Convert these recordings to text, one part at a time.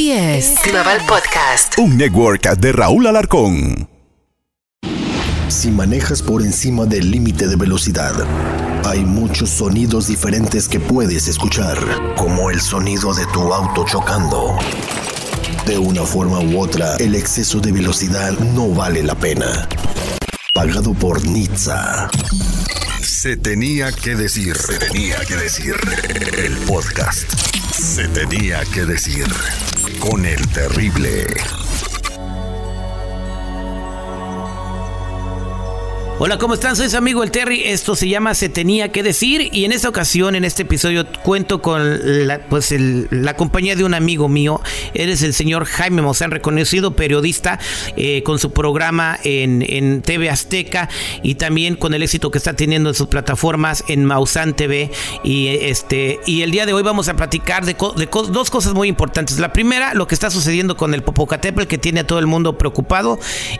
Así es. Global Podcast. Un network de Raúl Alarcón. Si manejas por encima del límite de velocidad, hay muchos sonidos diferentes que puedes escuchar, como el sonido de tu auto chocando. De una forma u otra, el exceso de velocidad no vale la pena. Pagado por NHTSA. Se tenía que decir. Se tenía que decir. El podcast. Se tenía que decir. Con el terrible. Hola, ¿cómo están? Soy su amigo el Terry. Esto se llama Se Tenía Que Decir. Y en esta ocasión, en este episodio, cuento con la compañía de un amigo mío. Él es el señor Jaime Maussan, reconocido periodista, con su programa en TV Azteca y también con el éxito que está teniendo en sus plataformas en Maussan TV. Y el día de hoy vamos a platicar de dos cosas muy importantes. La primera, lo que está sucediendo con el Popocatépetl, que tiene a todo el mundo preocupado,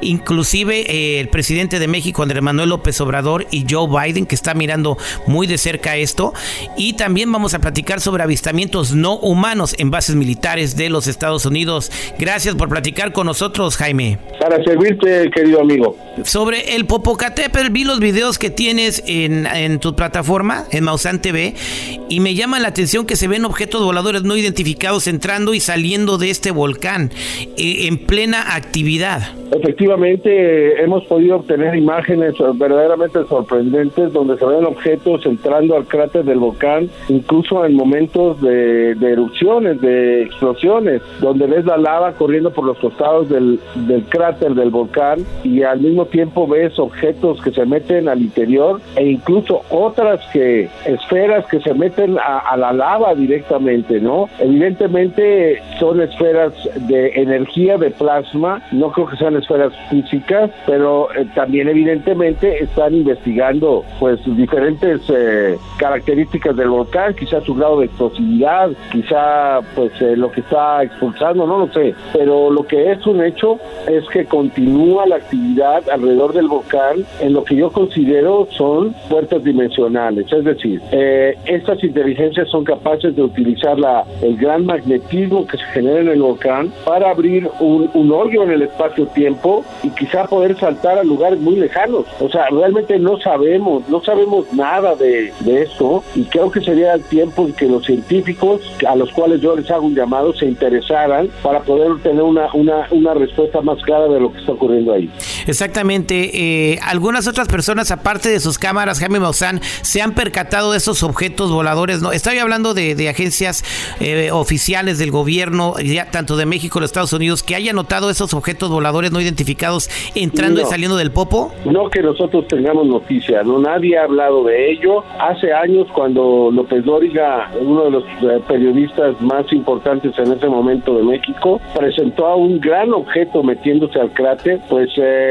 inclusive el presidente de México, Andrés Manuel López Obrador, y Joe Biden, que está mirando muy de cerca esto. Y también vamos a platicar sobre avistamientos no humanos en bases militares de los Estados Unidos. Gracias por platicar con nosotros, Jaime. Para servirte, querido amigo. Sobre el Popocatépetl, vi los videos que tienes en tu plataforma, en Maussan TV, y me llama la atención que se ven objetos voladores no identificados entrando y saliendo de este volcán en plena actividad. Efectivamente, hemos podido obtener imágenes verdaderamente sorprendentes donde se ven objetos entrando al cráter del volcán, incluso en momentos de erupciones, de explosiones, donde ves la lava corriendo por los costados del cráter del volcán, y al mismo tiempo ves objetos que se meten al interior, e incluso otras esferas que se meten a la lava directamente, ¿no? Evidentemente son esferas de energía, de plasma. No creo que sean esferas físicas, pero también evidentemente están investigando pues diferentes características del volcán, quizás su grado de explosividad, quizá pues lo que está expulsando, no lo sé, pero lo que es un hecho es que continúa la actividad alrededor del volcán en lo que yo considero son puertas dimensionales, es decir, estas inteligencias son capaces de utilizar el gran magnetismo que se genera en el volcán para abrir un hoyo en el espacio-tiempo y quizá poder saltar a lugares muy lejanos. O sea, realmente no sabemos nada de esto, y creo que sería el tiempo en que los científicos, a los cuales yo les hago un llamado, se interesaran para poder tener una respuesta más clara de lo que está ocurriendo ahí. Exactamente. Algunas otras personas, aparte de sus cámaras, Jaime Maussan, se han percatado de esos objetos voladores, ¿no? Estoy hablando de agencias oficiales del gobierno, ya tanto de México como de Estados Unidos, que hayan notado esos objetos voladores no identificados entrando y saliendo del Popo. No que nosotros tengamos noticia, no, nadie ha hablado de ello. Hace años, cuando López Dóriga, uno de los periodistas más importantes en ese momento de México, presentó a un gran objeto metiéndose al cráter, pues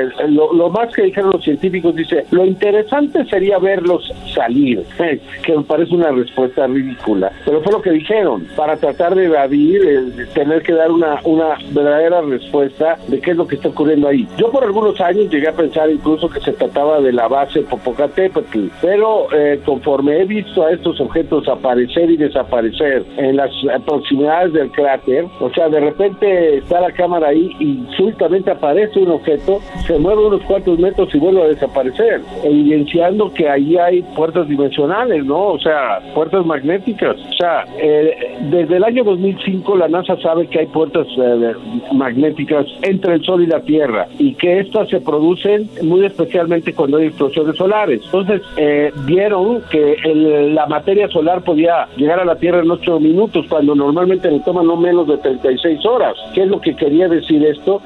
lo más que dijeron los científicos, dice, lo interesante sería verlos salir, que me parece una respuesta ridícula, pero fue lo que dijeron, para tratar de evadir, tener que dar una verdadera respuesta de qué es lo que está ocurriendo ahí. Yo por algunos años llegué a pensar incluso que se trataba de la base Popocatépetl, pero conforme he visto a estos objetos aparecer y desaparecer en las proximidades del cráter, o sea, de repente está la cámara ahí y súbitamente aparece un objeto, se mueve unos cuantos metros y vuelve a desaparecer, evidenciando que ahí hay puertas dimensionales, ¿no? O sea, puertas magnéticas. O sea, desde el año 2005 la NASA sabe que hay puertas magnéticas entre el Sol y la Tierra, y que estas se producen muy especialmente cuando hay explosiones solares. Entonces, vieron que la materia solar podía llegar a la Tierra en 8 minutos, cuando normalmente le toma no menos de 36 horas. ¿Qué es lo que quería decir esto?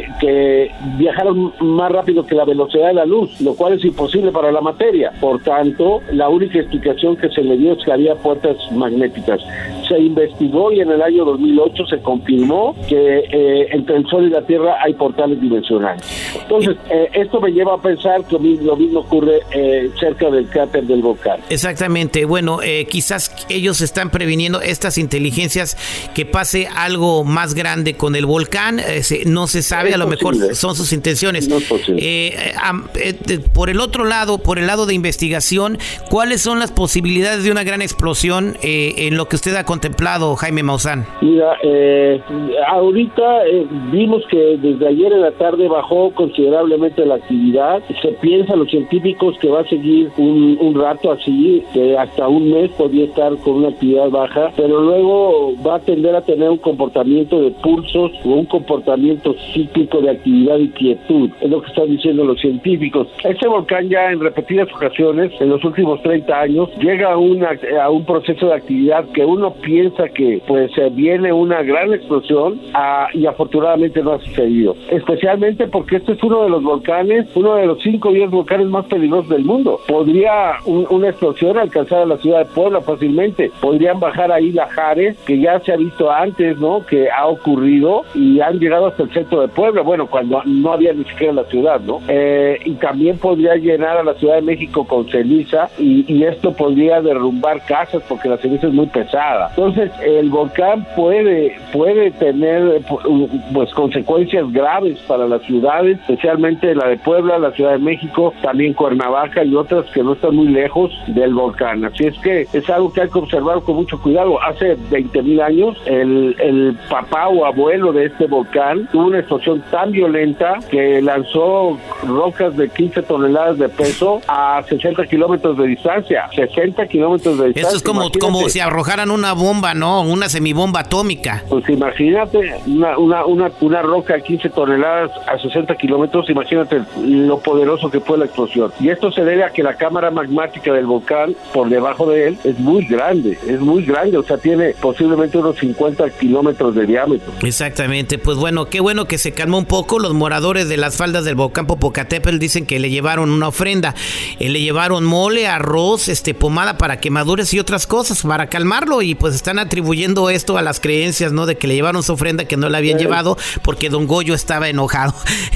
Que viajaron más rápido que la velocidad de la luz, lo cual es imposible para la materia. Por tanto, la única explicación que se le dio es que había puertas magnéticas. Se investigó y en el año 2008 se confirmó que entre el Sol y la Tierra hay portales dimensionales. Entonces, esto me lleva a pensar que lo mismo ocurre cerca del cráter del volcán. Exactamente. Bueno, quizás ellos están previniendo estas inteligencias que pase algo más grande con el volcán. No se sabe, a lo mejor son sus intenciones. No es posible. Por el otro lado, por el lado de investigación, ¿cuáles son las posibilidades de una gran explosión en lo que usted ha contemplado, Jaime Maussan? Mira, ahorita vimos que desde ayer en la tarde bajó considerablemente la actividad. Se piensa, los científicos, que va a seguir un rato así, que hasta un mes podría estar con una actividad baja, pero luego va a tender a tener un comportamiento de pulsos o un comportamiento cíclico de actividad y quietud. Es lo que están diciendo los científicos. Este volcán ya en repetidas ocasiones, en los últimos 30 años, llega a un proceso de actividad que uno piensa que pues viene una gran explosión y afortunadamente no ha sucedido. Especialmente porque este es uno de los volcanes, uno de los 5 o 10 volcanes más peligrosos del mundo. Podría una explosión alcanzar a la ciudad de Puebla fácilmente. Podrían bajar ahí lajares, que ya se ha visto antes, ¿no? Que ha ocurrido y han llegado hasta el centro de Puebla, bueno, cuando no había ni siquiera la ciudad, ¿no? Y también podría llenar a la Ciudad de México con ceniza y esto podría derrumbar casas porque la ceniza es muy pesada. Entonces, el volcán puede tener pues consecuencias graves para las ciudades, especialmente la de Puebla, la Ciudad de México, también Cuernavaca y otras que no están muy lejos del volcán. Así es que es algo que hay que observar con mucho cuidado. Hace 20,000 años, el papá o abuelo de este volcán tuvo una explosión tan violenta que lanzó rocas de 15 toneladas de peso a 60 kilómetros de distancia. 60 kilómetros de distancia. Eso es como si arrojaran una bomba, ¿no? Una semibomba atómica. Pues imagínate una roca de 15 toneladas a 60 kilómetros, imagínate lo poderoso que fue la explosión. Y esto se debe a que la cámara magmática del volcán, por debajo de él, es muy grande, o sea, tiene posiblemente unos 50 kilómetros de diámetro. Exactamente, pues bueno, qué bueno que se calmó un poco. Los moradores de las faldas del volcán Popocatépetl dicen que le llevaron una ofrenda, le llevaron mole, arroz, pomada para quemaduras y otras cosas para calmarlo, y pues están atribuyendo esto a las creencias, ¿no? De que le llevaron su ofrenda que no la habían llevado porque Don Goyo estaba enojado.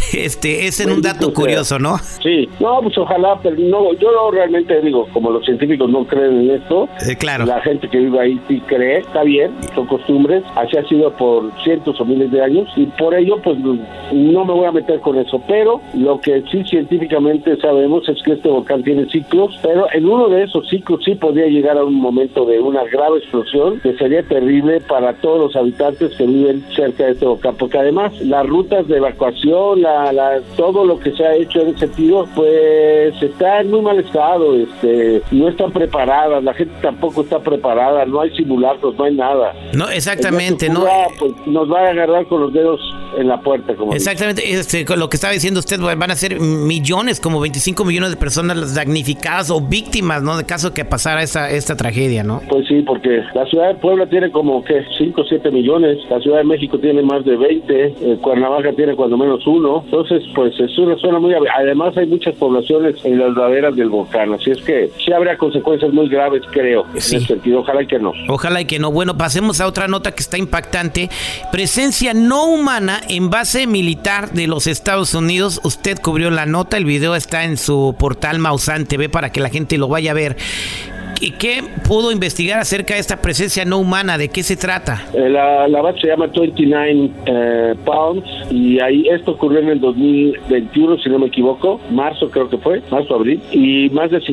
Es un dato curioso, ¿no? Sí, no, pues ojalá, pero no, yo no realmente digo, como los científicos no creen en esto, claro. La gente que vive ahí sí cree, está bien, son costumbres, así ha sido por cientos o miles de años, y por ello pues no me voy a meter con eso, pero lo que sí científicamente sabemos es que este volcán tiene ciclos, pero en uno de esos ciclos sí podría llegar a un momento de una grave explosión que sería terrible para todos los habitantes que viven cerca de este volcán, porque además las rutas de evacuación, todo lo que se ha hecho en ese sentido, pues está en muy mal estado, no están preparadas, la gente tampoco está preparada, no hay simulacros, no hay nada. No, exactamente, ¿no? Pues, nos va a agarrar con los dedos en la puerta, como exactamente, con lo que estaba diciendo usted, van a ser millones, como 25 millones de personas damnificadas o víctimas, ¿no? De caso que pasara esta tragedia, ¿no? Pues sí, porque la ciudad de Puebla tiene como, 5 o 7 millones, la Ciudad de México tiene más de 20, Cuernavaca tiene cuando menos 1, entonces pues es una zona muy... Además hay muchas poblaciones en las laderas del volcán, así es que sí habría consecuencias muy graves, creo, sí. En ese sentido, ojalá y que no. Ojalá y que no. Bueno, pasemos a otra nota que está impactante. Presencia no humana en base militar de los Estados Unidos. Usted cubrió la nota, el video está en su portal Maussan TV para que la gente lo vaya a ver. ¿Qué pudo investigar acerca de esta presencia no humana? ¿De qué se trata? La base se llama 29 Pounds y ahí esto ocurrió en el 2021, si no me equivoco, marzo creo que fue, marzo-abril, y más de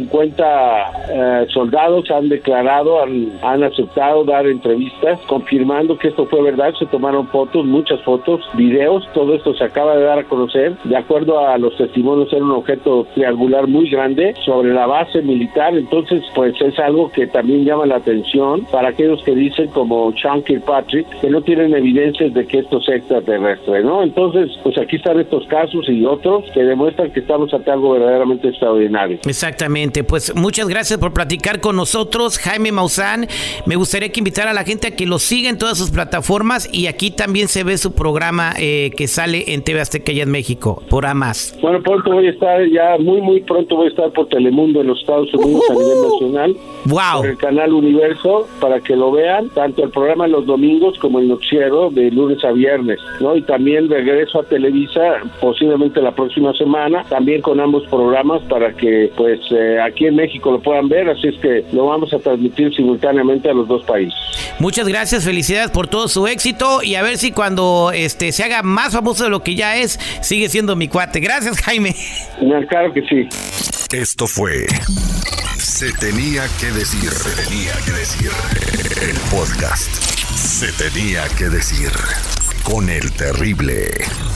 50 soldados han declarado, han aceptado dar entrevistas confirmando que esto fue verdad. Se tomaron fotos, muchas fotos, videos, todo esto se acaba de dar a conocer. De acuerdo a los testimonios, era un objeto triangular muy grande sobre la base militar. Entonces pues es algo que también llama la atención para aquellos que dicen, como Sean Kirkpatrick, que no tienen evidencias de que esto sea extraterrestre, ¿no? Entonces, pues aquí están estos casos y otros que demuestran que estamos ante algo verdaderamente extraordinario. Exactamente, pues muchas gracias por platicar con nosotros, Jaime Maussan. Me gustaría que invitara a la gente a que lo siga en todas sus plataformas, y aquí también se ve su programa que sale en TV Azteca allá en México, por A+. Bueno, pronto voy a estar, ya muy pronto voy a estar por Telemundo en los Estados Unidos a nivel nacional. Wow. Por el canal Universo, para que lo vean, tanto el programa los domingos como el noticiero de lunes a viernes, ¿no? Y también regreso a Televisa, posiblemente la próxima semana, también con ambos programas para que, pues, aquí en México lo puedan ver, así es que lo vamos a transmitir simultáneamente a los dos países. Muchas gracias, felicidades por todo su éxito y a ver si cuando se haga más famoso de lo que ya es, sigue siendo mi cuate. Gracias, Jaime. Claro que sí. Esto fue Se Tenía que Decir. Se Tenía que Decir. El podcast Se Tenía que Decir con el Terrible.